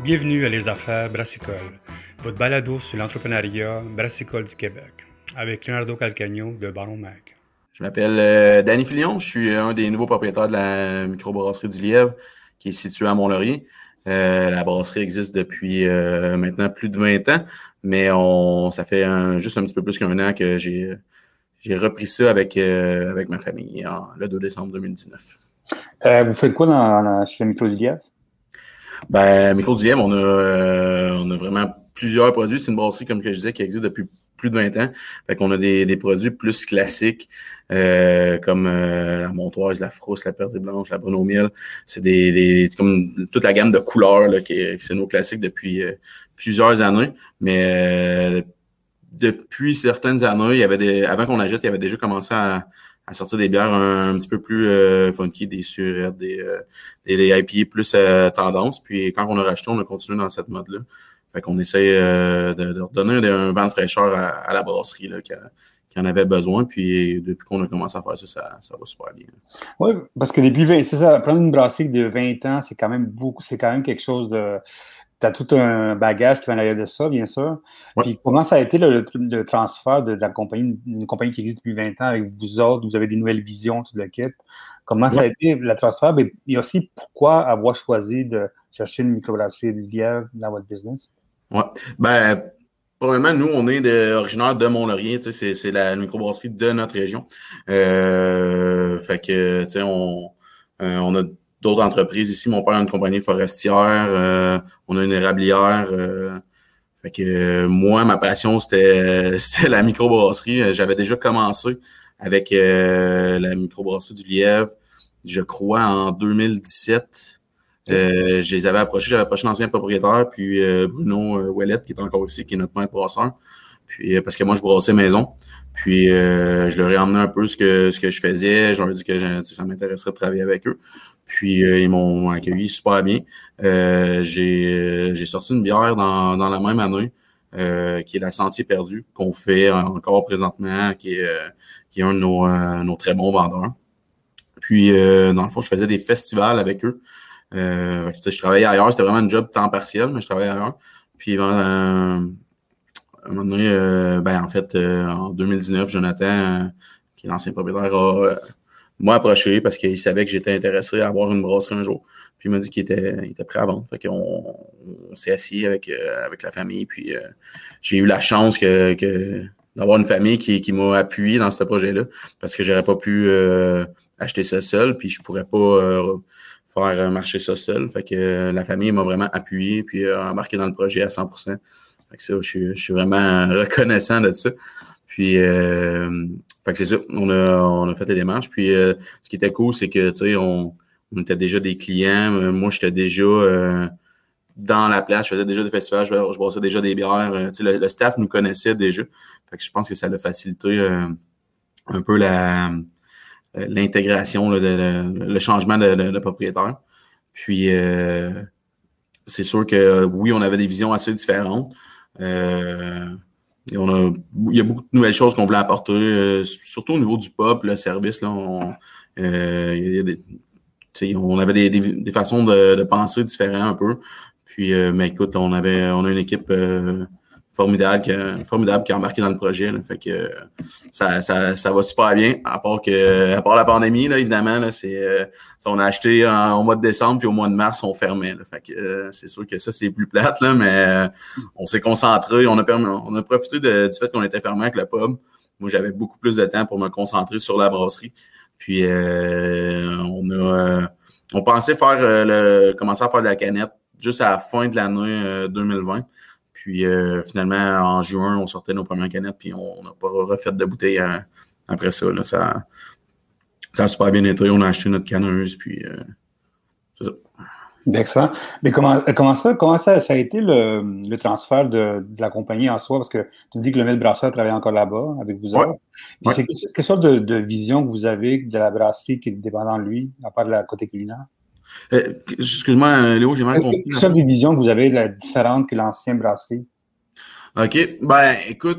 Bienvenue à Les Affaires Brassicole, votre balado sur l'entrepreneuriat brassicole du Québec, avec Leonardo Calcagno de Baron Mag. Je m'appelle Danny Filion, je suis un des nouveaux propriétaires de la microbrasserie du Lièvre qui est située à Mont-Laurier. La brasserie existe depuis maintenant plus de 20 ans, mais ça fait juste un petit peu plus qu'un an que j'ai repris ça avec ma famille le 2 décembre 2019. Vous faites quoi chez la Micro du Lièvre? Micro du Lièvre, on a vraiment plusieurs produits. C'est une brasserie, comme que je disais, qui existe depuis plus de 20 ans. Fait qu'on a des produits plus classiques, comme la Montoise, la Frousse, la Perdrix Blanche, la Bruno Miel. C'est comme toute la gamme de couleurs là, c'est nos classiques depuis plusieurs années. Mais depuis certaines années, avant qu'on achète, il y avait déjà commencé à sortir des bières un petit peu plus funky, des surettes, des IPA plus tendance. Puis quand on a racheté, on a continué dans cette mode-là. Fait qu'on essaie de redonner un vent de fraîcheur à la brasserie là, qui en avait besoin. Puis depuis qu'on a commencé à faire ça va super bien. Oui, parce que depuis 20, c'est ça, prendre une brasserie de 20 ans, c'est quand même beaucoup, c'est quand même quelque chose de. Tu as tout un bagage qui va en arrière de ça, bien sûr. Ouais. Puis comment ça a été le transfert de la compagnie, une compagnie qui existe depuis 20 ans avec vous autres, vous avez des nouvelles visions, tout le kit. Comment ça a été le transfert? Et aussi, pourquoi avoir choisi de chercher une microbrasserie de Lièvre dans votre business? Ouais. Probablement, nous, on est originaire de Mont-Laurier, tu sais, c'est la microbrasserie de notre région. Fait que, tu sais, on a d'autres entreprises ici. Mon père a une compagnie forestière, on a une érablière. Fait que moi, ma passion, c'était la microbrasserie. J'avais déjà commencé avec la microbrasserie du Lièvre, je crois, en 2017. J'avais approché l'ancien propriétaire, puis Bruno Ouellette, qui est encore ici, qui est notre maître brasseur. Puis parce que moi, je brassais maison. Puis je leur ai emmené un peu ce que je faisais. Je leur ai dit que ça m'intéresserait de travailler avec eux. Puis ils m'ont accueilli super bien. J'ai sorti une bière dans la même année, qui est la Sentier Perdu, qu'on fait encore présentement, qui est un de nos très bons vendeurs. Puis dans le fond, je faisais des festivals avec eux. Je travaillais ailleurs, c'était vraiment un job temps partiel, mais je travaillais ailleurs. Puis un moment donné, en 2019, Jonathan, qui est l'ancien propriétaire, m'a approché parce qu'il savait que j'étais intéressé à avoir une brasserie un jour. Puis il m'a dit qu'il était prêt à vendre. Fait qu'on s'est assis avec la famille. Puis j'ai eu la chance d'avoir une famille qui m'a appuyé dans ce projet-là parce que j'aurais pas pu acheter ça seul. Puis je pourrais pas faire marcher ça seul. Fait que la famille m'a vraiment appuyé puis embarqué dans le projet à 100%. Fait que ça, je suis vraiment reconnaissant de ça. Puis, fait que c'est ça, on a fait les démarches. Puis, ce qui était cool, c'est que, tu sais, on était déjà des clients. Moi, j'étais déjà dans la place. Je faisais déjà des festivals. Je brassais déjà des bières. Tu sais, le staff nous connaissait déjà. Fait que je pense que ça a facilité un peu l'intégration, le changement de propriétaire. Puis, c'est sûr que oui, on avait des visions assez différentes. Il y a beaucoup de nouvelles choses qu'on voulait apporter, surtout au niveau du pub, le service. Là, on avait des façons de penser différentes un peu. Puis, mais écoute, on a une équipe formidable qui a embarqué dans le projet. Là, fait que ça va super bien. À part la pandémie, là, évidemment, là, on a acheté au mois de décembre, puis au mois de mars, on fermait. Là, fait que c'est sûr que ça, c'est plus plate, là, mais on s'est concentré. On a profité du fait qu'on était fermé avec le pub. Moi, j'avais beaucoup plus de temps pour me concentrer sur la brasserie. Puis on pensait commencer à faire de la canette juste à la fin de l'année 2020. Puis finalement, en juin, on sortait nos premières canettes, puis on n'a pas refait de bouteilles après ça. Là, ça a super bien été. On a acheté notre canneuse, puis c'est ça. Excellent. Mais comment ça a été le transfert de la compagnie en soi? Parce que tu me dis que le maître brasseur travaille encore là-bas avec vous autres. Puis c'est quelle sorte de vision que vous avez de la brasserie qui est dépendante de lui, à part de la côté culinaire? Excuse-moi, Léo, j'ai mal compris. Quelle sorte de vision que vous avez différente que l'ancienne brasserie? OK. Écoute,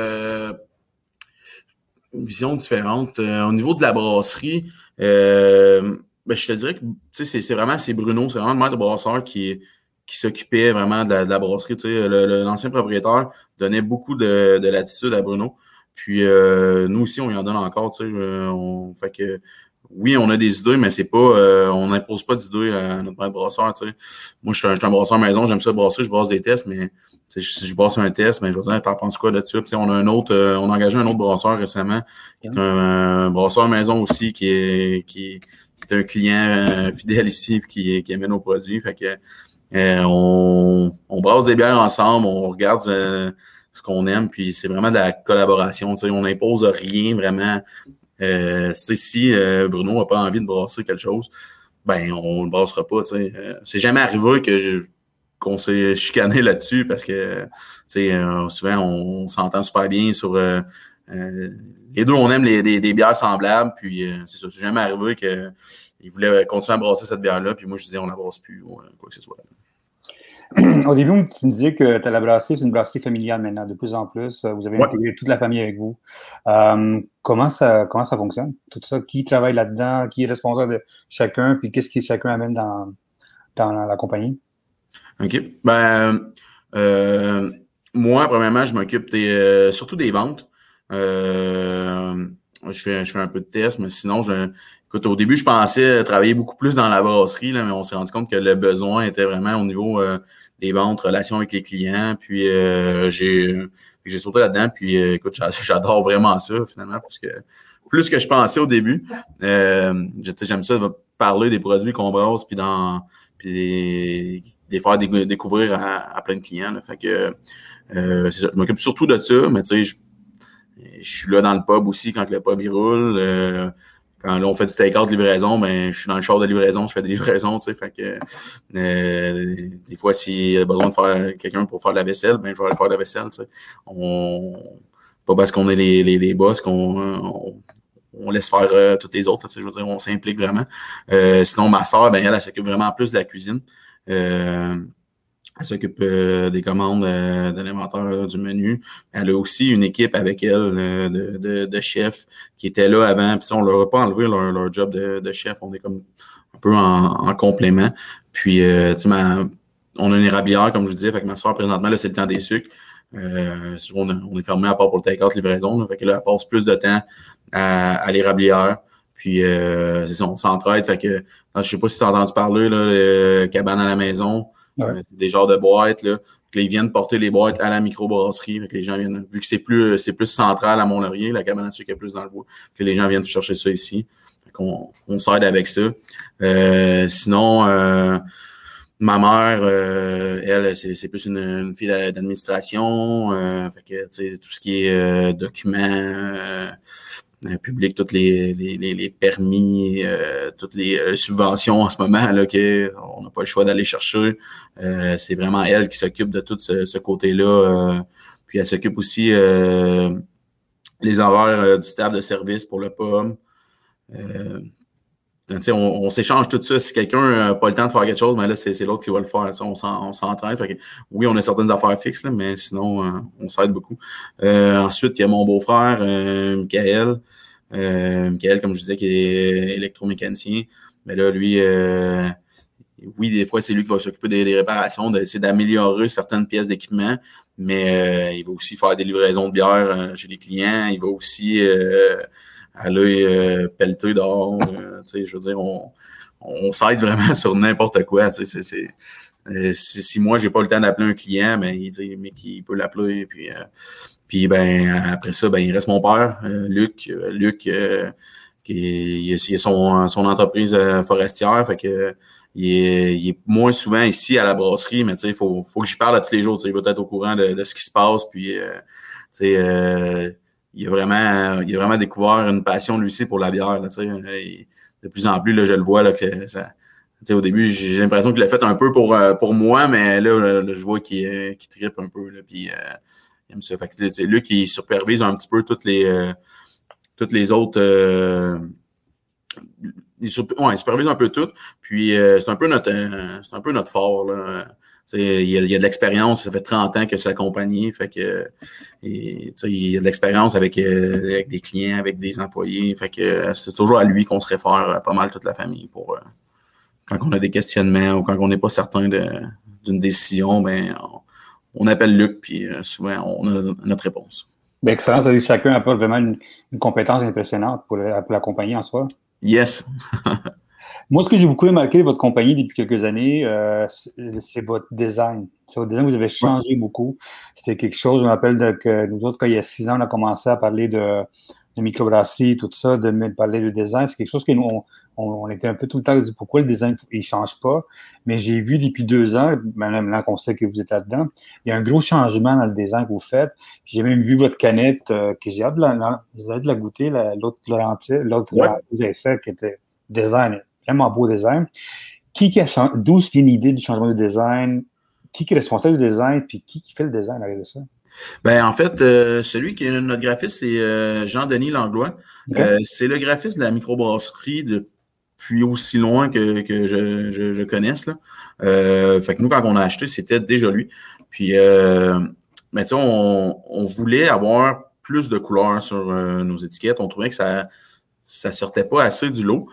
une vision différente. Au niveau de la brasserie, je te dirais que c'est vraiment Bruno, c'est vraiment le maître brasseur qui qui s'occupait vraiment de la brasserie. Tu sais, l'ancien propriétaire donnait beaucoup de latitude à Bruno. Puis nous aussi, on y en donne encore. Tu sais, fait que oui, on a des idées, mais c'est pas, on n'impose pas d'idées à notre maître brasseur. Tu sais. Moi, je suis un brasseur maison, j'aime ça brasser, je brasse des tests, mais si je brasse un test, je veux dire, t'en penses quoi là-dessus? Puis, on a on a engagé un autre brasseur récemment, qui est un brasseur maison aussi, qui est un client fidèle ici, puis qui aime nos produits. Fait que on brasse des bières ensemble, on regarde ce qu'on aime, puis c'est vraiment de la collaboration. Tu sais, on n'impose rien vraiment. Si Bruno n'a pas envie de brasser quelque chose, on le brassera pas. C'est jamais arrivé qu'on s'est chicané là-dessus parce que souvent on s'entend super bien sur les deux, on aime des bières semblables, puis c'est ça, c'est jamais arrivé qu'il voulait continuer à brasser cette bière-là, puis moi je disais on la brasse plus ou quoi que ce soit. Au début, tu me disais que la brasserie, c'est une brasserie familiale maintenant, de plus en plus. Vous avez intégré toute la famille avec vous. Comment ça fonctionne? Tout ça, qui travaille là-dedans? Qui est responsable de chacun? Puis qu'est-ce que chacun amène dans la compagnie? OK. Moi, premièrement, je m'occupe surtout des ventes. Je fais un peu de tests, mais sinon, écoute, au début, je pensais travailler beaucoup plus dans la brasserie, là, mais on s'est rendu compte que le besoin était vraiment au niveau des ventes, relations avec les clients. Puis j'ai sauté là-dedans. Puis écoute, j'adore vraiment ça, finalement, parce que plus que je pensais au début. J'aime ça parler des produits qu'on brasse, puis les faire découvrir à plein de clients. Là. Fait que c'est ça, je m'occupe surtout de ça, mais tu sais, je suis là dans le pub aussi quand le pub il roule. Quand là, on fait du take-out de livraison, je suis dans le char de livraison, je fais des livraisons, tu sais. Fait que des fois, s'il y a besoin de faire quelqu'un pour faire de la vaisselle, je vais aller faire de la vaisselle, tu sais. Pas parce qu'on est les boss qu'on laisse faire toutes les autres, tu sais, je veux dire, on s'implique vraiment. Sinon, ma sœur, elle s'occupe vraiment plus de la cuisine. Elle s'occupe des commandes de l'inventaire du menu. Elle a aussi une équipe avec elle de chefs qui étaient là avant. Puis on leur a pas enlevé leur job de chef. On est comme un peu en complément. Puis on a une érablière, comme je vous disais. Fait que ma soeur, présentement, là, c'est le temps des sucres. Souvent, on est fermé à part pour le take-out livraison. Là, fait que là, elle passe plus de temps à l'érablière. Puis c'est ça, on s'entraide. Fait que je sais pas si tu as entendu parler là, cabane à la maison. Ouais. Des genres de boîtes, là. Ils viennent porter les boîtes à la microbrasserie. Les gens viennent, vu que c'est plus central à Mont-Laurier, la cabane à sucre est plus dans le bois. Que les gens viennent chercher ça ici. On s'aide avec ça. Sinon, ma mère, elle, c'est plus une fille d'administration. Fait que, tu sais, tout ce qui est documents public, tous les permis, toutes les subventions en ce moment là qu'on n'a pas le choix d'aller chercher. C'est vraiment elle qui s'occupe de tout ce côté-là. Puis elle s'occupe aussi les horaires du staff de service pour le pub. On s'échange tout ça. Si quelqu'un n'a pas le temps de faire quelque chose, là, c'est l'autre qui va le faire. On s'entraide. Fait que, oui, on a certaines affaires fixes, là, mais sinon, on s'aide beaucoup. Ensuite, il y a mon beau-frère, Michael. Michael, comme je disais, qui est électromécanicien. Mais là, lui, oui, des fois, c'est lui qui va s'occuper des réparations, d'essayer d'améliorer certaines pièces d'équipement, mais il va aussi faire des livraisons de bière chez les clients. Il va aussi aller pelleter dehors. Je veux dire, on s'aide vraiment sur n'importe quoi. Si moi, j'ai pas le temps d'appeler un client, mais il peut l'appeler. Puis après ça, il reste mon père, Luc. Luc, il a son entreprise forestière. Fait que il est moins souvent ici à la brasserie, mais il faut que j'y parle à tous les jours. Il va être au courant de ce qui se passe. Puis il a vraiment découvert une passion lui aussi pour la bière. Là, de plus en plus, là, je le vois là, que ça. Au début, j'ai l'impression qu'il l'a fait un peu pour moi, mais là je vois qu'il trippe un peu. Là, puis il aime ça. Fait que c'est lui qui supervise un petit peu toutes les autres. Il supervise un peu tout. Puis c'est un peu notre fort. Là. Il y a de l'expérience, ça fait 30 ans que c'est accompagné, fait que il y a de l'expérience avec des clients, avec des employés, fait que c'est toujours à lui qu'on se réfère pas mal toute la famille pour quand on a des questionnements ou quand on n'est pas certain de d'une décision, ben on appelle Luc, puis souvent on a notre réponse. Bien, excellent, ça veut dire que chacun apporte vraiment une compétence impressionnante pour la compagnie en soi. Yes. Moi, ce que j'ai beaucoup remarqué de votre compagnie depuis quelques années, c'est votre design. C'est votre design, vous avez changé beaucoup. C'était quelque chose, je me rappelle que nous autres, quand il y a 6 ans, on a commencé à parler de microbrasserie, tout ça, de parler de design. C'est quelque chose que nous, on était un peu tout le temps dit pourquoi le design, il change pas. Mais j'ai vu depuis 2 ans, maintenant qu'on sait que vous êtes là-dedans, il y a un gros changement dans le design que vous faites. J'ai même vu votre canette, que j'ai hâte de la goûter, l'autre que vous avez fait, qui était design. Vraiment beau design. D'où vient l'idée du changement de design? Qui est responsable du design? Puis qui fait le design avec ça? Ben, en fait, celui qui est notre graphiste, c'est Jean-Denis Langlois. Okay. C'est le graphiste de la microbrasserie depuis aussi loin que je connaisse, là. Fait que nous, quand on a acheté, c'était déjà lui. Puis, mais tu sais, on voulait avoir plus de couleurs sur nos étiquettes. On trouvait que ça sortait pas assez du lot.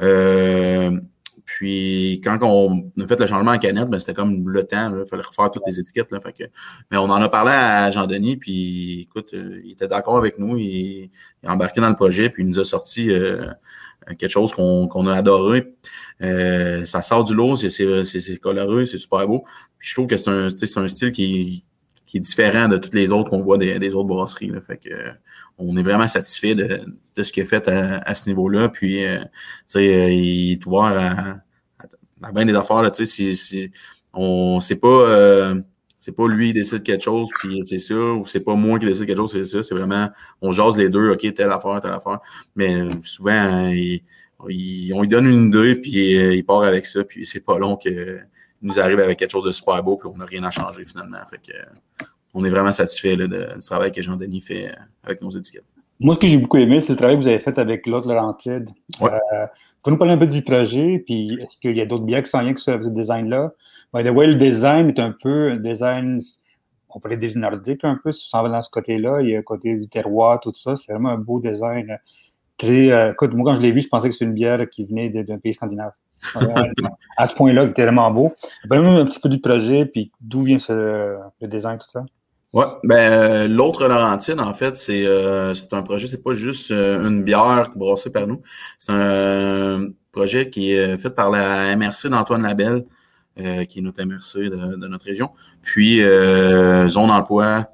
Puis quand on a fait le changement en canette, ben c'était comme le temps, il fallait refaire toutes les étiquettes. Là, fait que, mais on en a parlé à Jean-Denis, puis écoute, il était d'accord avec nous, il a embarqué dans le projet, puis il nous a sorti quelque chose qu'on a adoré. Ça sort du lot, c'est coloré, c'est super beau. Puis je trouve que c'est un style qui est différent de toutes les autres qu'on voit des autres brasseries. Là. Fait que on est vraiment satisfait de ce qu'il a fait à ce niveau-là. Puis, tu sais, il est ouvert à bien des affaires. Là, tu sais, c'est pas lui qui décide quelque chose, puis c'est ça, ou c'est pas moi qui décide quelque chose, c'est ça. C'est vraiment, on jase les deux, OK, telle affaire, telle affaire. Mais souvent, on lui donne une idée, puis il part avec ça, puis c'est pas long que nous arrive avec quelque chose de super beau, puis on n'a rien à changer finalement. Fait que on est vraiment satisfait là, du travail que Jean-Denis fait avec nos étiquettes. Moi, ce que j'ai beaucoup aimé, c'est le travail que vous avez fait avec l'autre Laurentide. Ouais. Faut nous parler un peu du projet, puis est-ce qu'il y a d'autres bières qui sont liés avec ce design-là? By the way, le design est un peu un design, on pourrait dire nordique un peu, si on s'en va dans ce côté-là. Il y a le côté du terroir, tout ça. C'est vraiment un beau design. Très, écoute, moi, quand je l'ai vu, je pensais que c'était une bière qui venait d'un pays scandinave. À ce point-là, qui était vraiment beau. Parlez-nous un petit peu du projet, puis d'où vient le design, tout ça? Ouais, ben l'autre Laurentide, en fait, c'est un projet, c'est pas juste une bière brassée par nous. C'est un projet qui est fait par la MRC d'Antoine Labelle, qui est notre MRC de notre région. Puis Zone Emploi,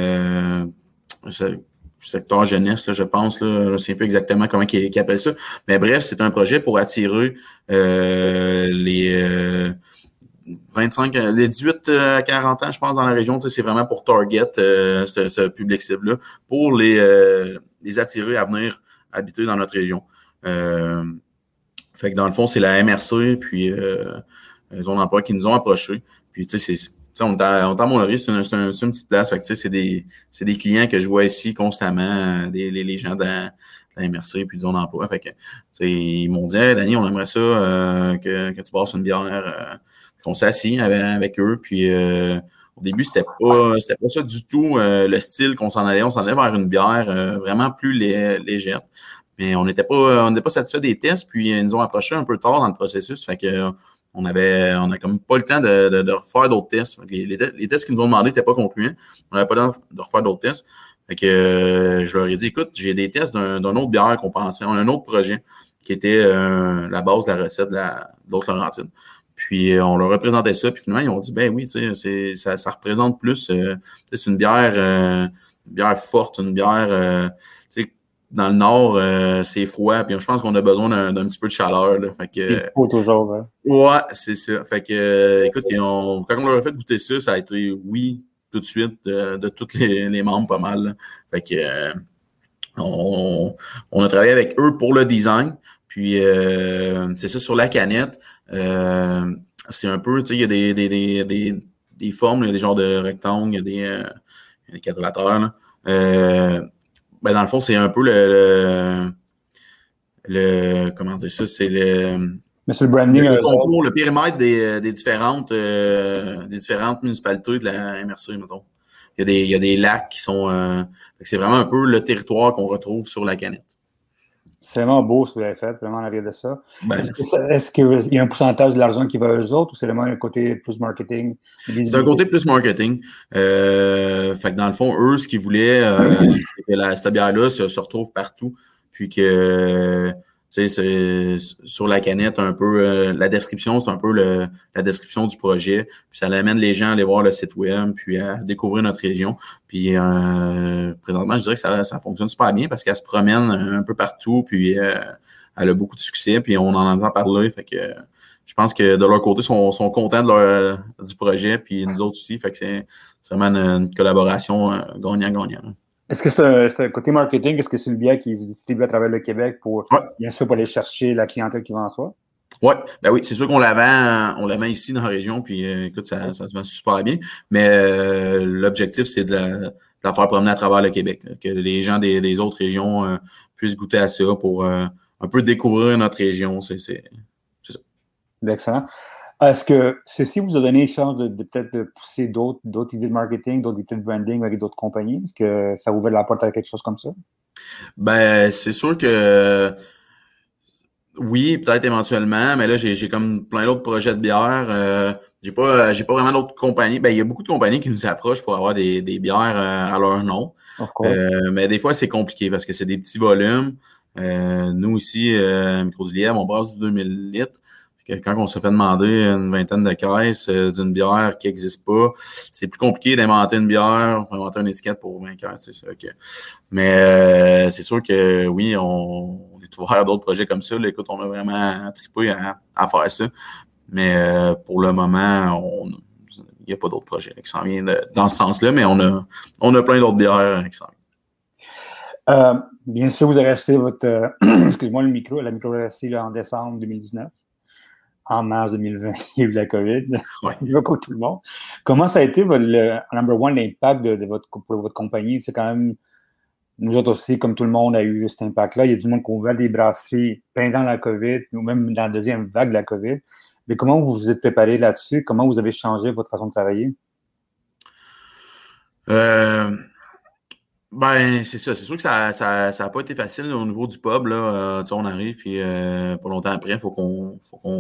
secteur jeunesse, là, je pense. Là, je ne sais pas exactement comment ils appellent ça. Mais bref, c'est un projet pour attirer les 18 à 40 ans, je pense, dans la région. C'est vraiment pour target ce public cible-là, pour les attirer à venir habiter dans notre région. Fait que dans le fond, c'est la MRC, puis Zone Emploi qui nous ont approchés. Puis, tu sais, on est à Mont-Laurier, c'est une petite place. Fait que, c'est des clients que je vois ici constamment, les gens de la MRC puis de Zone Emploi. Fait que, ils m'ont dit, hey, Danny, on aimerait ça que tu brasses une bière. On s'est assis avec eux. Puis, au début, c'était pas ça du tout le style qu'on s'en allait. On s'en allait vers une bière vraiment plus légère. Mais on n'était pas satisfait des tests. Puis, ils nous ont approché un peu tard dans le processus. Fait que on a comme pas le temps de refaire d'autres tests. Les tests qu'ils nous ont demandé n'étaient pas concluants. On n'avait pas le temps de refaire d'autres tests. Fait que je leur ai dit, écoute, j'ai des tests d'un autre bière qu'on pensait, un autre projet qui était la base de la recette de l'autre Laurentide. Puis on leur représentait ça, puis finalement ils ont dit ben oui, ça représente plus, c'est une bière forte, une bière, dans le nord c'est froid, puis je pense qu'on a besoin d'un petit peu de chaleur. Là, fait que Il faut toujours. Hein. Ouais, c'est ça. Fait que écoute, quand on leur a fait goûter ça a été oui tout de suite de tous les membres pas mal. Là. Fait que on a travaillé avec eux pour le design. Puis c'est ça sur la canette. C'est un peu, tu sais, il y a des formes, il y a des genres de rectangles, il y a des quadrilatères. Là. Ben dans le fond, c'est un peu le comment dire ça, c'est Mais c'est le branding. Le concours, le périmètre des différentes municipalités de la MRC, mettons. Il y a des lacs qui sont. C'est vraiment un peu le territoire qu'on retrouve sur la canette. C'est vraiment beau ce que vous avez fait, vraiment en arrière de ça. Ben, Est-ce qu'il y a un pourcentage de l'argent qui va à eux autres ou c'est vraiment un côté plus marketing, c'est un visibilité? côté plus marketing. Fait que dans le fond, eux, ce qu'ils voulaient, c'est que cette bière-là se retrouve partout. Puis que, tu sais, c'est sur la canette, un peu, la description, c'est un peu la description du projet. Puis ça amène les gens à aller voir le site web, puis à découvrir notre région. Puis présentement, je dirais que ça fonctionne super bien parce qu'elle se promène un peu partout, puis elle a beaucoup de succès, puis on en entend parler. Fait que je pense que de leur côté, sont contents du projet, puis nous autres aussi. Fait que c'est vraiment une collaboration gagnant-gagnant. Est-ce que c'est un côté marketing? Est-ce que c'est une bière qui se distribue à travers le Québec pour, Ouais, bien sûr, pour aller chercher la clientèle qui va en soi? ouais, ben oui, c'est sûr qu'on la vend ici dans la région, puis écoute, ça se vend super bien. Mais l'objectif, c'est de la faire promener à travers le Québec, là, que les gens des autres régions puissent goûter à ça pour un peu découvrir notre région. C'est ça. Excellent. Est-ce que ceci vous a donné chance de peut-être de pousser d'autres idées de marketing, d'autres idées de branding avec d'autres compagnies? Est-ce que ça vous ouvre la porte à quelque chose comme ça? Ben, c'est sûr que oui, peut-être éventuellement, mais là, j'ai comme plein d'autres projets de bière. J'ai pas vraiment d'autres compagnies. Ben, il y a beaucoup de compagnies qui nous approchent pour avoir des bières à leur nom. Of course. Mais des fois, c'est compliqué parce que c'est des petits volumes. Nous, ici, à Micro-du-Lièvre, on brasse du 2000 litres. Fait que quand on se fait demander une vingtaine de caisses d'une bière qui n'existe pas, c'est plus compliqué d'inventer une bière, d'inventer une étiquette pour 20 caisses. C'est ça. Mais c'est sûr que oui, on est ouvert à d'autres projets comme ça. Là. Écoute, on a vraiment trippé à faire ça. Mais pour le moment, il n'y a pas d'autres projets qui s'en viennent dans ce sens-là, mais on a plein d'autres bières qui s'en viennent. Bien sûr, vous avez acheté votre, excuse-moi, la micro RSI en décembre 2019. En mars 2020, il y a eu la COVID. Ouais. Il va comme tout le monde. Comment ça a été, number one, l'impact pour votre compagnie? C'est quand même, nous autres aussi, comme tout le monde a eu cet impact-là. Il y a du monde qui a ouvert des brasseries pendant la COVID, ou même dans la deuxième vague de la COVID. Mais comment vous vous êtes préparé là-dessus? Comment vous avez changé votre façon de travailler? Ben, c'est ça. C'est sûr que ça a pas été facile là, au niveau du pub. Là, on arrive, puis pas longtemps après, il faut qu'on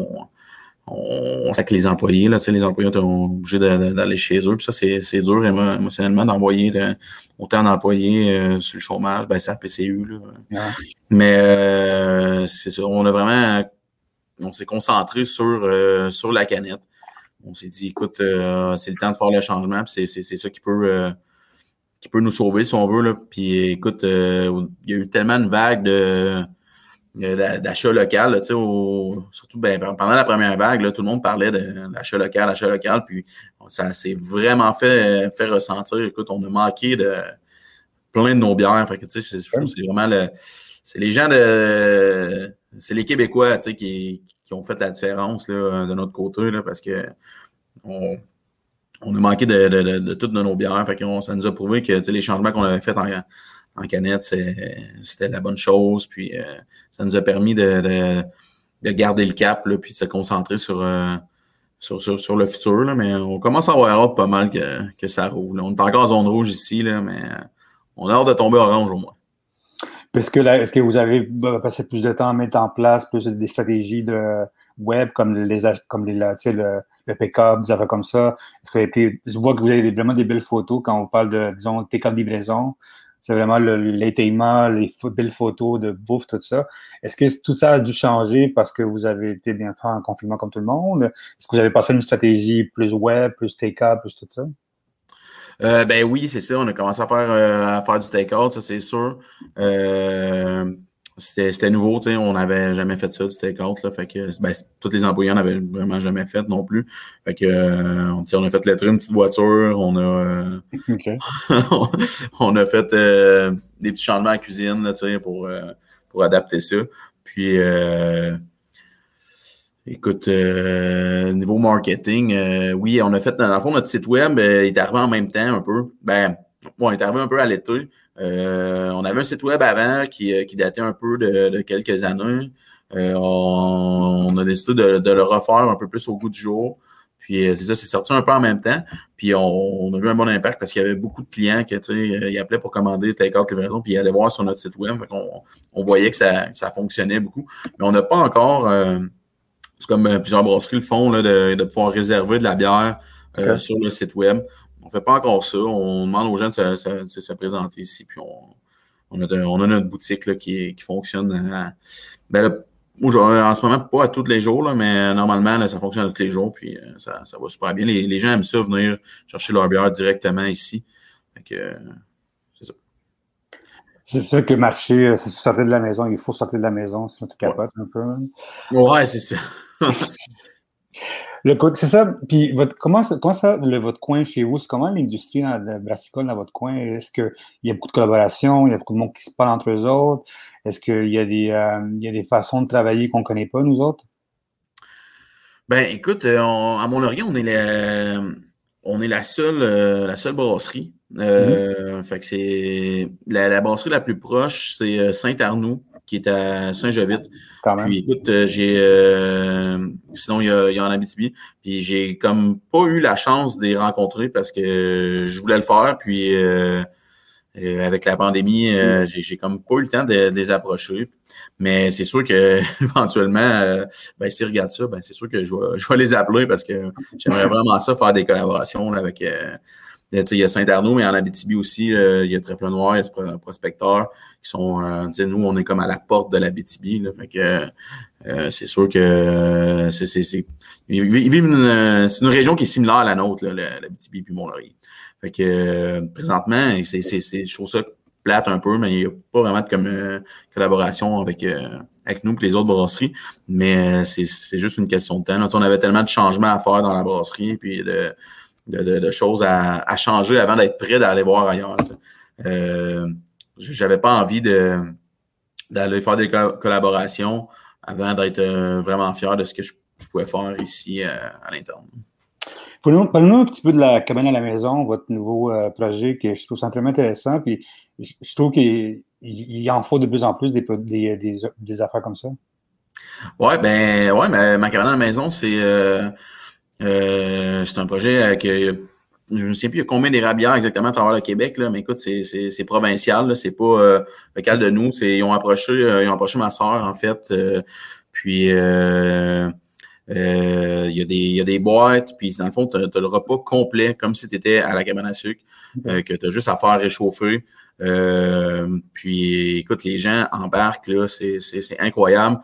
on sait que les employés, là, les employés sont obligés d'aller chez eux. Puis ça, c'est dur émotionnellement d'envoyer autant d'employés sur le chômage. Ben, c'est la PCU. Là. Ouais. Mais c'est ça. On s'est concentré sur la canette. On s'est dit, écoute, c'est le temps de faire le changement. Puis c'est ça qui peut nous sauver si on veut. Là. Puis écoute, il y a eu tellement de vagues d'achat local, là, surtout pendant la première vague, là, tout le monde parlait d'achat local, puis ça s'est vraiment fait ressentir. Écoute, on a manqué de plein de nos bières. Fait que, je trouve que c'est vraiment c'est les gens c'est les Québécois, qui ont fait la différence là, de notre côté, là, parce que on a manqué de toutes nos bières. Fait que ça nous a prouvé que les changements qu'on avait faits en canette, c'était la bonne chose. Puis ça nous a permis de garder le cap, là, puis de se concentrer sur le futur. Là, mais on commence à avoir hâte pas mal que ça roule. Là. On est encore en zone rouge ici, là, mais on a hâte de tomber orange au moins. Est-ce que vous avez passé plus de temps à mettre en place plus des stratégies de web comme le pick-up, des affaires comme ça? Je vois que vous avez vraiment des belles photos quand on parle de, disons, pick-up livraison. C'est vraiment l'étayement, les belles photos de bouffe, tout ça. Est-ce que tout ça a dû changer parce que vous avez été bien fait en confinement comme tout le monde? Est-ce que vous avez passé à une stratégie plus web, plus take-up, plus tout ça? Ben oui, c'est ça. On a commencé à faire du take-out, ça c'est sûr. C'était nouveau, tu sais, on n'avait jamais fait ça, du take-out, là. Fait que tous les employés n'avaient vraiment jamais fait non plus. Fait que on a fait lettre une petite voiture, on a Okay. on a fait des petits changements à la cuisine là, tu sais, pour adapter ça. Puis écoute, niveau marketing, oui, on a fait, dans le fond, notre site web, il est arrivé en même temps un peu. Ben, il est arrivé un peu à l'été. On avait un site web avant qui datait un peu de quelques années. On a décidé de le refaire un peu plus au goût du jour. Puis c'est ça, c'est sorti un peu en même temps. Puis on a eu un bon impact parce qu'il y avait beaucoup de clients qui, ils appelaient pour commander take-out livraison, puis ils allaient voir sur notre site web. Fait on voyait que ça fonctionnait beaucoup. Mais on n'a pas encore, c'est comme plusieurs brasseries le font, là, de pouvoir réserver de la bière sur le site web. On fait pas encore ça. On demande aux gens de se présenter ici, puis on a notre boutique là, qui fonctionne. Ben là, en ce moment, pas à tous les jours, là, mais normalement, là, ça fonctionne à tous les jours, puis ça va super bien. Les gens aiment ça, venir chercher leur bière directement ici. Fait que, c'est ça. C'est sûr que marcher, c'est sortir de la maison, il faut sortir de la maison, sinon tu capotes un peu. Ouais, c'est ça. C'est ça. Puis comment ça, votre coin chez vous, c'est comment l'industrie brassicole dans votre coin? Est-ce qu'il y a beaucoup de collaboration? Il y a beaucoup de monde qui se parle entre eux autres? Est-ce qu'il y a des façons de travailler qu'on ne connaît pas, nous autres? Ben, écoute, à Mont-Laurier, on est la seule brasserie. Fait que c'est la brasserie la plus proche, c'est Saint-Arnoux, qui est à Saint-Jovite. Puis écoute, sinon il y a en Abitibi. Puis j'ai comme pas eu la chance de les rencontrer parce que je voulais le faire. Puis avec la pandémie, j'ai comme pas eu le temps de les approcher. Mais c'est sûr que éventuellement, s'ils regardent ça, c'est sûr que je vais les appeler parce que j'aimerais vraiment ça, faire des collaborations là, avec. Il y a Saint-Arnoux, mais en Abitibi aussi, il y a Trèfle-Noir, il y a Prospecteur, qui sont, nous, on est comme à la porte de l'Abitibi, là, fait que c'est sûr que c'est ils vivent c'est une région qui est similaire à la nôtre, là, l'Abitibi puis Mont-Laurier. Fait que présentement, je trouve ça plate un peu, mais il n'y a pas vraiment de collaboration avec nous et les autres brasseries. Mais c'est juste une question de temps. Là, on avait tellement de changements à faire dans la brasserie, puis de choses à changer avant d'être prêt d'aller voir ailleurs. J'avais pas envie d'aller faire des collaborations avant d'être vraiment fier de ce que je pouvais faire ici à l'interne. Parlez-nous un petit peu de la cabane à la maison, votre nouveau projet que je trouve extrêmement intéressant. Puis je trouve qu'il en faut de plus en plus des affaires comme ça. Ouais, mais ma cabane à la maison, c'est un projet que je ne sais plus il y a combien d'érablières exactement à travers le Québec, là, mais écoute, c'est provincial, là, c'est pas local de nous. Ils ont approché ma soeur, en fait. Puis il y a des boîtes, puis dans le fond, tu as le repas complet, comme si tu étais à la cabane à sucre, que tu as juste à faire réchauffer. Puis écoute, les gens embarquent, là, c'est incroyable.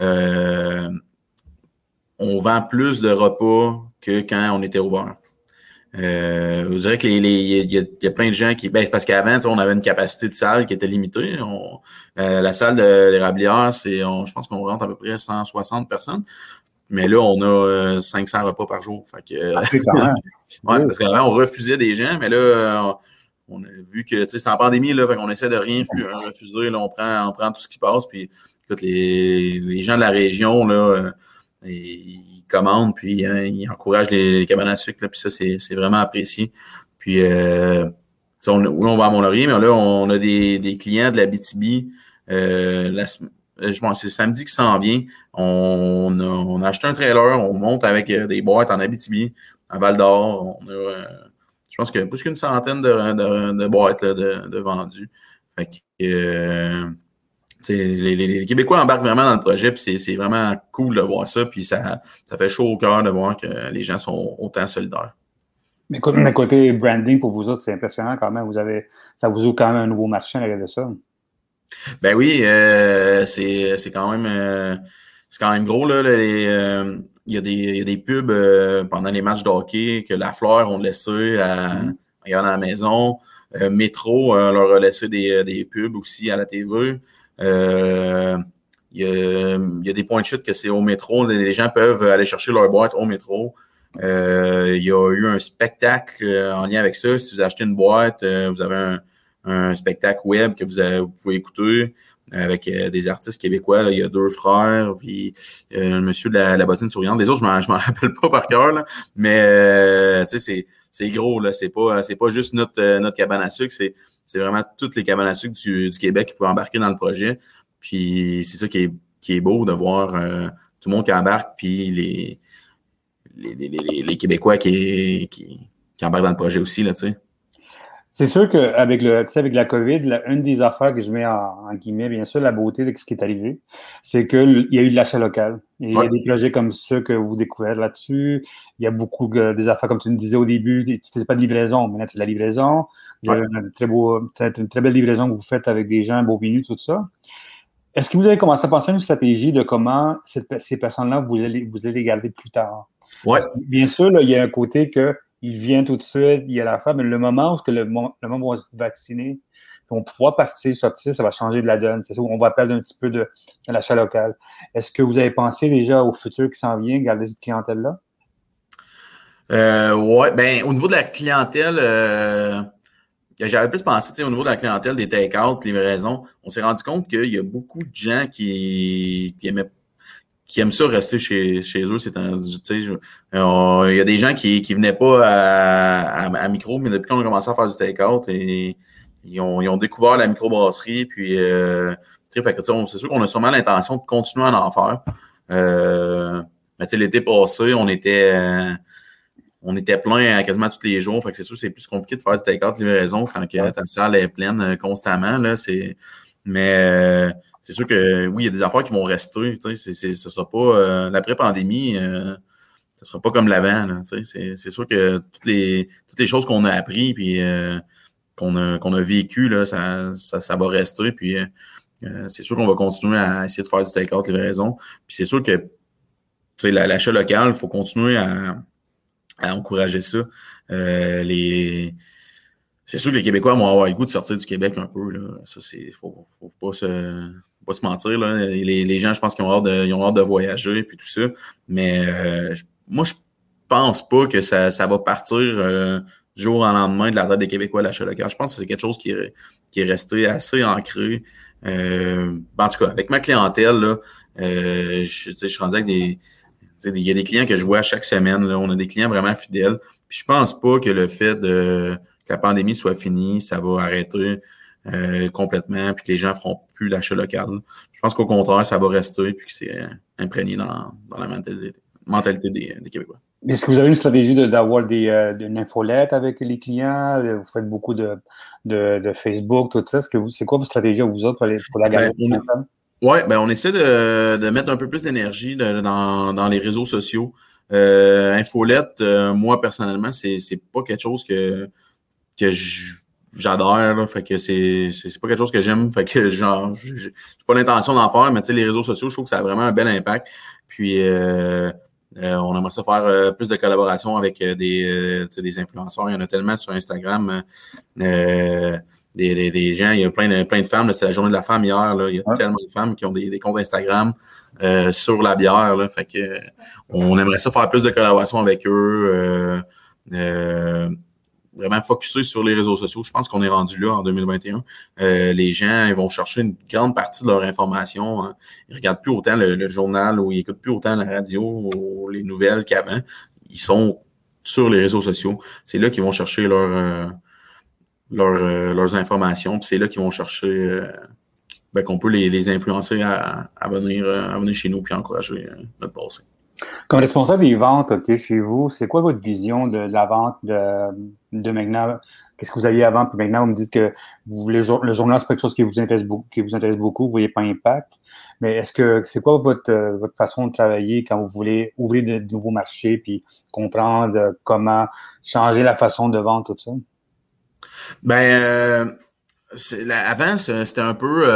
On vend plus de repas que quand on était ouvert. Vous direz que il y a plein de gens qui. Parce qu'avant, on avait une capacité de salle qui était limitée. La salle de l'érablière, je pense qu'on rentre à peu près 160 personnes. Mais là, on a 500 repas par jour. Fait que, ouais, parce qu'avant, on refusait des gens, mais là, on a vu que c'est en pandémie, là, fait qu'on essaie de rien refuser. Là, on prend tout ce qui passe. Puis écoute, les gens de la région, là, ils commandent, puis ils encouragent les cabanes à sucre, là, puis ça, c'est vraiment apprécié. Puis on va à Mont-Laurier, mais là, on a des clients de la BTB. Je pense que c'est samedi qui s'en vient. On a acheté un trailer, on monte avec des boîtes en Abitibi, à Val-d'Or. On a, je pense qu'il y a plus qu'une centaine de boîtes là, de vendus. Fait que les Québécois embarquent vraiment dans le projet, puis c'est vraiment cool de voir ça, puis ça fait chaud au cœur de voir que les gens sont autant solidaires. Mais côté branding, pour vous autres, c'est impressionnant quand même. Ça vous ouvre quand même un nouveau marché à de ça. Ben oui, c'est quand même gros là. Il y a des pubs pendant les matchs de hockey que La Fleur ont laissé à regarder à la maison. Métro leur a laissé des pubs aussi à la TV. Il y a des points de chute que c'est au métro. Les gens peuvent aller chercher leur boîte au métro. Il y a eu un spectacle en lien avec ça. Si vous achetez une boîte, vous avez un spectacle web que vous pouvez écouter avec des artistes québécois. Là. Il y a 2 frères, puis le monsieur de la bottine souriante. Les autres, je m'en rappelle pas par cœur, là. Mais c'est gros, là. C'est pas juste notre cabane à sucre, c'est vraiment toutes les cabanes à sucre du Québec qui peuvent embarquer dans le projet. Puis c'est ça qui est beau de voir tout le monde qui embarque, puis les Québécois qui embarquent dans le projet aussi, là, tu sais. C'est sûr qu'avec avec la COVID, une des affaires que je mets en guillemets, bien sûr, la beauté de ce qui est arrivé, c'est qu'il y a eu de l'achat local. Et il y a des projets comme ça que vous découvrez là-dessus. Il y a beaucoup des affaires, comme tu me disais au début, tu ne faisais pas de livraison, maintenant tu fais de la livraison. Vous avez une très belle livraison que vous faites avec des gens, beaux menus, tout ça. Est-ce que vous avez commencé à penser à une stratégie de comment ces personnes-là, vous allez les garder plus tard? Ouais. Bien sûr, là, il y a un côté que il vient tout de suite, il y a l'affaire, mais le moment où le monde va se vacciner, on va pouvoir sortir, ça va changer de la donne. C'est ça, on va perdre un petit peu de l'achat local. Est-ce que vous avez pensé déjà au futur qui s'en vient, garder cette clientèle-là? Ouais, ben au niveau de la clientèle, j'avais plus pensé, au niveau de la clientèle des take-out, livraisons, on s'est rendu compte qu'il y a beaucoup de gens qui aiment ça rester chez eux. Il y a des gens qui venaient pas à micro, mais depuis qu'on a commencé à faire du take-out, et ils ont découvert la microbrasserie, puis c'est sûr qu'on a sûrement l'intention de continuer à en faire. Mais l'été passé, on était plein quasiment tous les jours. Fait que c'est sûr que c'est plus compliqué de faire du take-out livraison quand ta salle est pleine constamment. Là, mais c'est sûr que oui, il y a des affaires qui vont rester. Ce sera pas l'après-pandémie, ce sera pas comme l'avant. Là, c'est sûr que toutes les choses qu'on a appris puis qu'on a vécu, là, ça va rester. Puis c'est sûr qu'on va continuer à essayer de faire du take-out livraison. Puis c'est sûr que l'achat local, il faut continuer à encourager ça. C'est sûr que les Québécois vont avoir le goût de sortir du Québec un peu. Là. Ça, faut pas se mentir. Là. Les gens, je pense qu'ils ont hâte de voyager et tout ça. Mais moi, je pense pas que ça va partir du jour au lendemain de la tête des Québécois l'achat local. Je pense que c'est quelque chose qui est resté assez ancré. En tout cas, avec ma clientèle, là, je suis rendu avec il y a des clients que je vois chaque semaine. Là, on a des clients vraiment fidèles. Puis je pense pas que le fait que la pandémie soit finie, ça va arrêter complètement, puis que les gens feront plus d'achat local. Je pense qu'au contraire, ça va rester, puis que c'est imprégné dans la mentalité des Québécois. Est-ce que vous avez une stratégie d'avoir une infolette avec les clients? Vous faites beaucoup de Facebook, tout ça. C'est quoi votre stratégie à vous autres pour la garder? Oui, on essaie de mettre un peu plus d'énergie dans les réseaux sociaux. Infolette, moi, personnellement, c'est pas quelque chose que j'adore, là. Fait que c'est pas quelque chose que j'aime. Fait que j'ai pas l'intention d'en faire, mais les réseaux sociaux, je trouve que ça a vraiment un bel impact. Puis on aimerait ça faire plus de collaboration avec des influenceurs. Il y en a tellement sur Instagram. Des gens, il y a plein de femmes. C'est la journée de la femme hier. Là, il y a tellement de femmes qui ont des comptes Instagram sur la bière. Là, fait que on aimerait ça faire plus de collaboration avec eux. Vraiment focusé sur les réseaux sociaux. Je pense qu'on est rendu là en 2021. Les gens, ils vont chercher une grande partie de leur information. Hein. Ils regardent plus autant le journal ou ils écoutent plus autant la radio ou les nouvelles qu'avant. Ils sont sur les réseaux sociaux. C'est là qu'ils vont chercher leurs informations. Puis c'est là qu'ils vont chercher qu'on peut les influencer à venir chez nous puis encourager notre passé. Comme responsable des ventes, chez vous, c'est quoi votre vision de la vente de maintenant? Qu'est-ce que vous aviez avant? Puis maintenant, vous me dites que le journal, c'est pas quelque chose qui vous intéresse beaucoup, vous voyez pas impact. Mais c'est quoi votre façon de travailler quand vous voulez ouvrir de nouveaux marchés puis comprendre comment changer la façon de vendre, tout ça? Avant, c'était un peu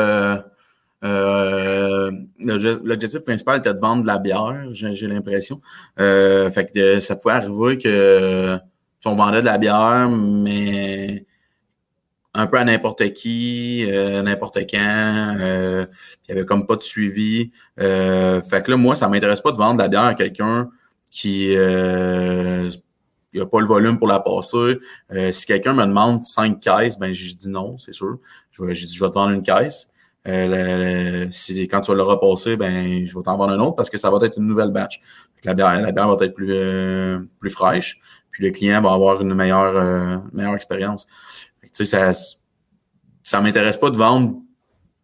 l'objectif principal était de vendre de la bière, j'ai l'impression. Fait que ça pouvait arriver que on vendait de la bière, mais un peu à n'importe qui, n'importe quand. Il y avait comme pas de suivi. Fait que là, moi, ça m'intéresse pas de vendre de la bière à quelqu'un qui il n'y a pas le volume pour la passer. Si quelqu'un me demande 5 caisses, je dis non, c'est sûr. Je vais te vendre une caisse. Quand tu vas le repasser, je vais t'en vendre un autre parce que ça va être une nouvelle batch. La bière va être plus fraîche, puis le client va avoir une meilleure expérience. Ça m'intéresse pas de vendre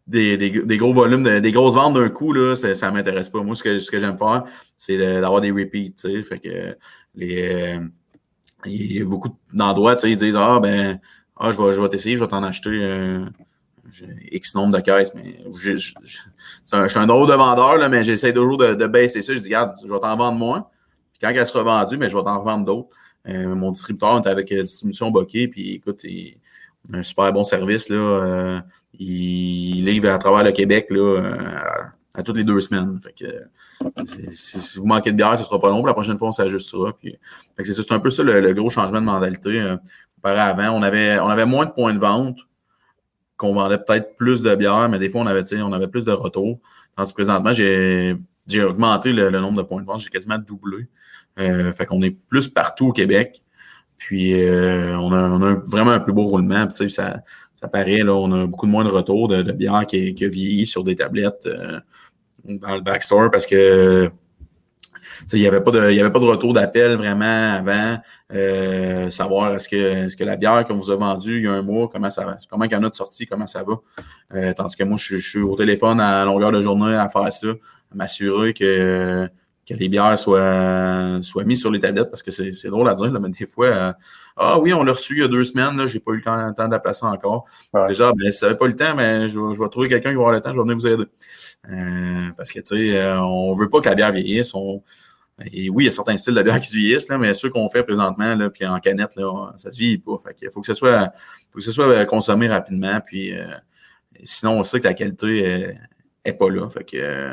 des gros volumes, des grosses ventes d'un coup, là, ça m'intéresse pas. Moi, ce que j'aime faire, c'est d'avoir des repeats, tu sais. Fait que il y a beaucoup d'endroits, tu sais, ils disent je vais t'essayer, je vais t'en acheter X nombre de caisses, mais je suis un drôle de vendeur, là, mais j'essaie toujours de baisser ça. Je dis, regarde, je vais t'en vendre moins. Puis quand elle sera vendue, mais je vais t'en revendre d'autres. Mon distributeur est avec Distribution Bokeh, puis écoute, il a un super bon service, là. Il livre à travers le Québec, là, à toutes les 2 semaines. Fait que si vous manquez de bière, ce sera pas long. Puis la prochaine fois, on s'ajustera. Puis, fait que c'est un peu ça le gros changement de mentalité. Comparé à avant, on avait moins de points de vente, qu'on vendait peut-être plus de bière, mais des fois, on avait plus de retours. Tandis que présentement, j'ai augmenté le nombre de points de vente. J'ai quasiment doublé. Fait qu'on est plus partout au Québec. Puis, on a vraiment un plus beau roulement. Puis, ça paraît, là, on a beaucoup moins de retours de bière qui a vieilli sur des tablettes dans le backstore parce que il n'y avait pas de retour d'appel vraiment avant. Savoir est-ce que la bière qu'on vous a vendue il y a un mois, comment il y en a de sortie, comment ça va. Tandis que moi, je suis au téléphone à longueur de journée à faire ça, à m'assurer que les bières soient mises sur les tablettes parce que c'est drôle à dire, là, mais des fois, ah oui, on l'a reçu il y a 2 semaines, là, j'ai pas eu le temps de la placer encore. Ouais. Déjà, si j'avais pas le temps, mais je vais trouver quelqu'un qui va avoir le temps, je vais venir vous aider. Parce que, tu sais, on veut pas que la bière vieillisse. Et oui, il y a certains styles de bière qui se vieillissent, là, mais ceux qu'on fait présentement, là, puis en canette, là, ça se vieillit pas. Fait qu'il faut que ce soit consommé rapidement, puis sinon, on sait que la qualité est pas là. Fait que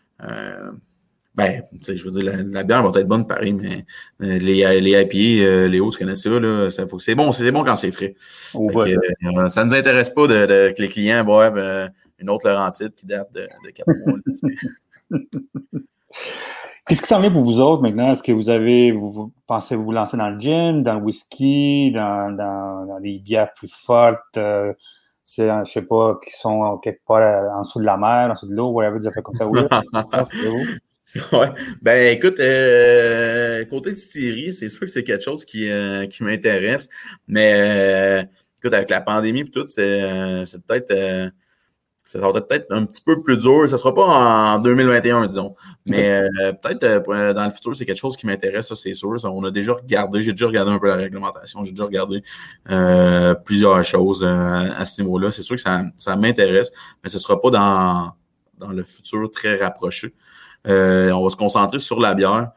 tu sais, je veux dire, la bière va être bonne pareil, mais les IPA, Léo, tu connais ça, là, faut que c'est bon quand c'est frais. Ouais. Que, ça ne nous intéresse pas que les clients boivent une autre Laurentide qui date de 4 mois. Qu'est-ce qui s'en vient pour vous autres maintenant? Est-ce que vous pensez vous lancer dans le gin, dans le whisky, dans des bières plus fortes, je sais pas, qui sont quelque part en dessous de la mer, en dessous de l'eau, whatever, des affaires comme ça? Oui. Ouais. Ben, écoute, côté distillerie, c'est sûr que c'est quelque chose qui m'intéresse. Mais, écoute, avec la pandémie et tout, c'est peut-être... ça va peut-être un petit peu plus dur. Ça sera pas en 2021, disons. Mais peut-être dans le futur, c'est quelque chose qui m'intéresse, ça, c'est sûr. Ça, j'ai déjà regardé un peu la réglementation. J'ai déjà regardé plusieurs choses à ce niveau-là. C'est sûr que ça m'intéresse, mais ce sera pas dans le futur très rapproché. On va se concentrer sur la bière.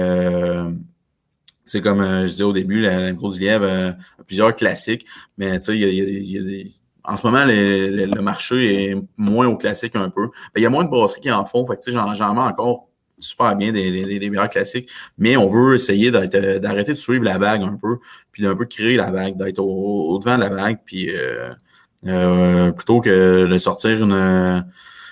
C'est comme je disais au début, la Côte du Lièvre a plusieurs classiques, mais tu sais, il y a des... En ce moment, le marché est moins au classique un peu. Il y a moins de brasseries qui en font. Fait que, tu sais, j'en mets encore super bien des bières classiques, mais on veut essayer d'arrêter de suivre la vague un peu, puis d'un peu créer la vague, d'être au devant de la vague, puis plutôt que de sortir une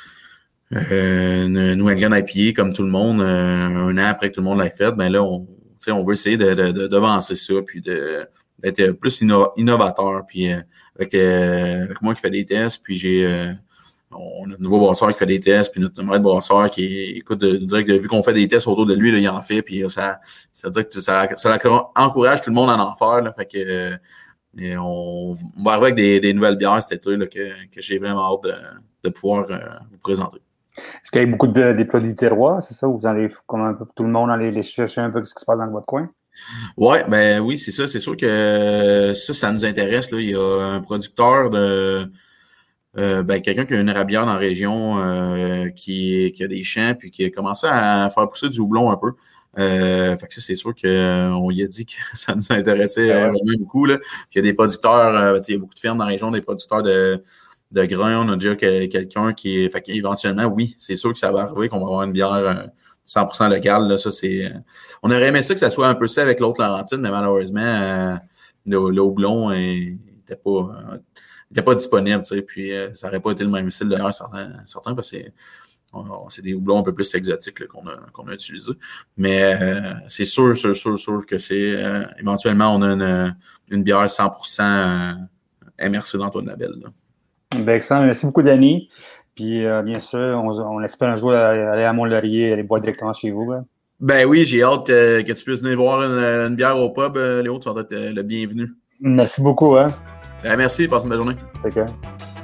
New England IPA comme tout le monde, un an après que tout le monde l'ait fait, ben là, on veut essayer de devancer ça, puis d'être plus innovateur. Puis avec moi qui fait des tests, puis on a un nouveau brasseur qui fait des tests, puis notre maître brasseur qui écoute de dire que vu qu'on fait des tests autour de lui, là, il en fait, puis ça veut dire que ça encourage tout le monde à en faire. Là, fait que on va arriver avec des nouvelles bières cet été là, que j'ai vraiment hâte de pouvoir vous présenter. Est-ce qu'il y a beaucoup des produits terroirs, c'est ça? Ou vous allez, comme un peu tout le monde, aller les chercher un peu ce qui se passe dans votre coin? Ouais, ben oui, c'est ça. C'est sûr que ça nous intéresse. Là. Il y a un producteur quelqu'un qui a une érablière dans la région qui a des champs puis qui a commencé à faire pousser du houblon un peu. Fait que ça, c'est sûr qu'on lui a dit que ça nous intéressait vraiment beaucoup. Là. Puis il y a des producteurs, il y a beaucoup de fermes dans la région, des producteurs de grains. On a déjà quelqu'un qui est. Fait qu'éventuellement, oui, c'est sûr que ça va arriver, qu'on va avoir une bière 100% locale. Là, ça, on aurait aimé ça que ça soit un peu ça avec l'autre Laurentide, mais malheureusement, le houblon n'était pas disponible. Tu sais, puis ça n'aurait pas été le même style d'ailleurs, certains parce que c'est des houblons un peu plus exotiques là, qu'on a utilisés. Mais c'est sûr que c'est éventuellement, on a une bière 100% MRC d'Antoine Labelle. Là. Ben, excellent. Merci beaucoup, Danny. Puis, bien sûr, on espère un jour aller à Mont-Laurier, aller boire directement chez vous. Ben, ben oui, j'ai hâte que tu puisses venir boire une bière au pub, Léo. Tu vas être le bienvenu. Merci beaucoup. Hein? Ben, merci. Passe une belle journée. C'est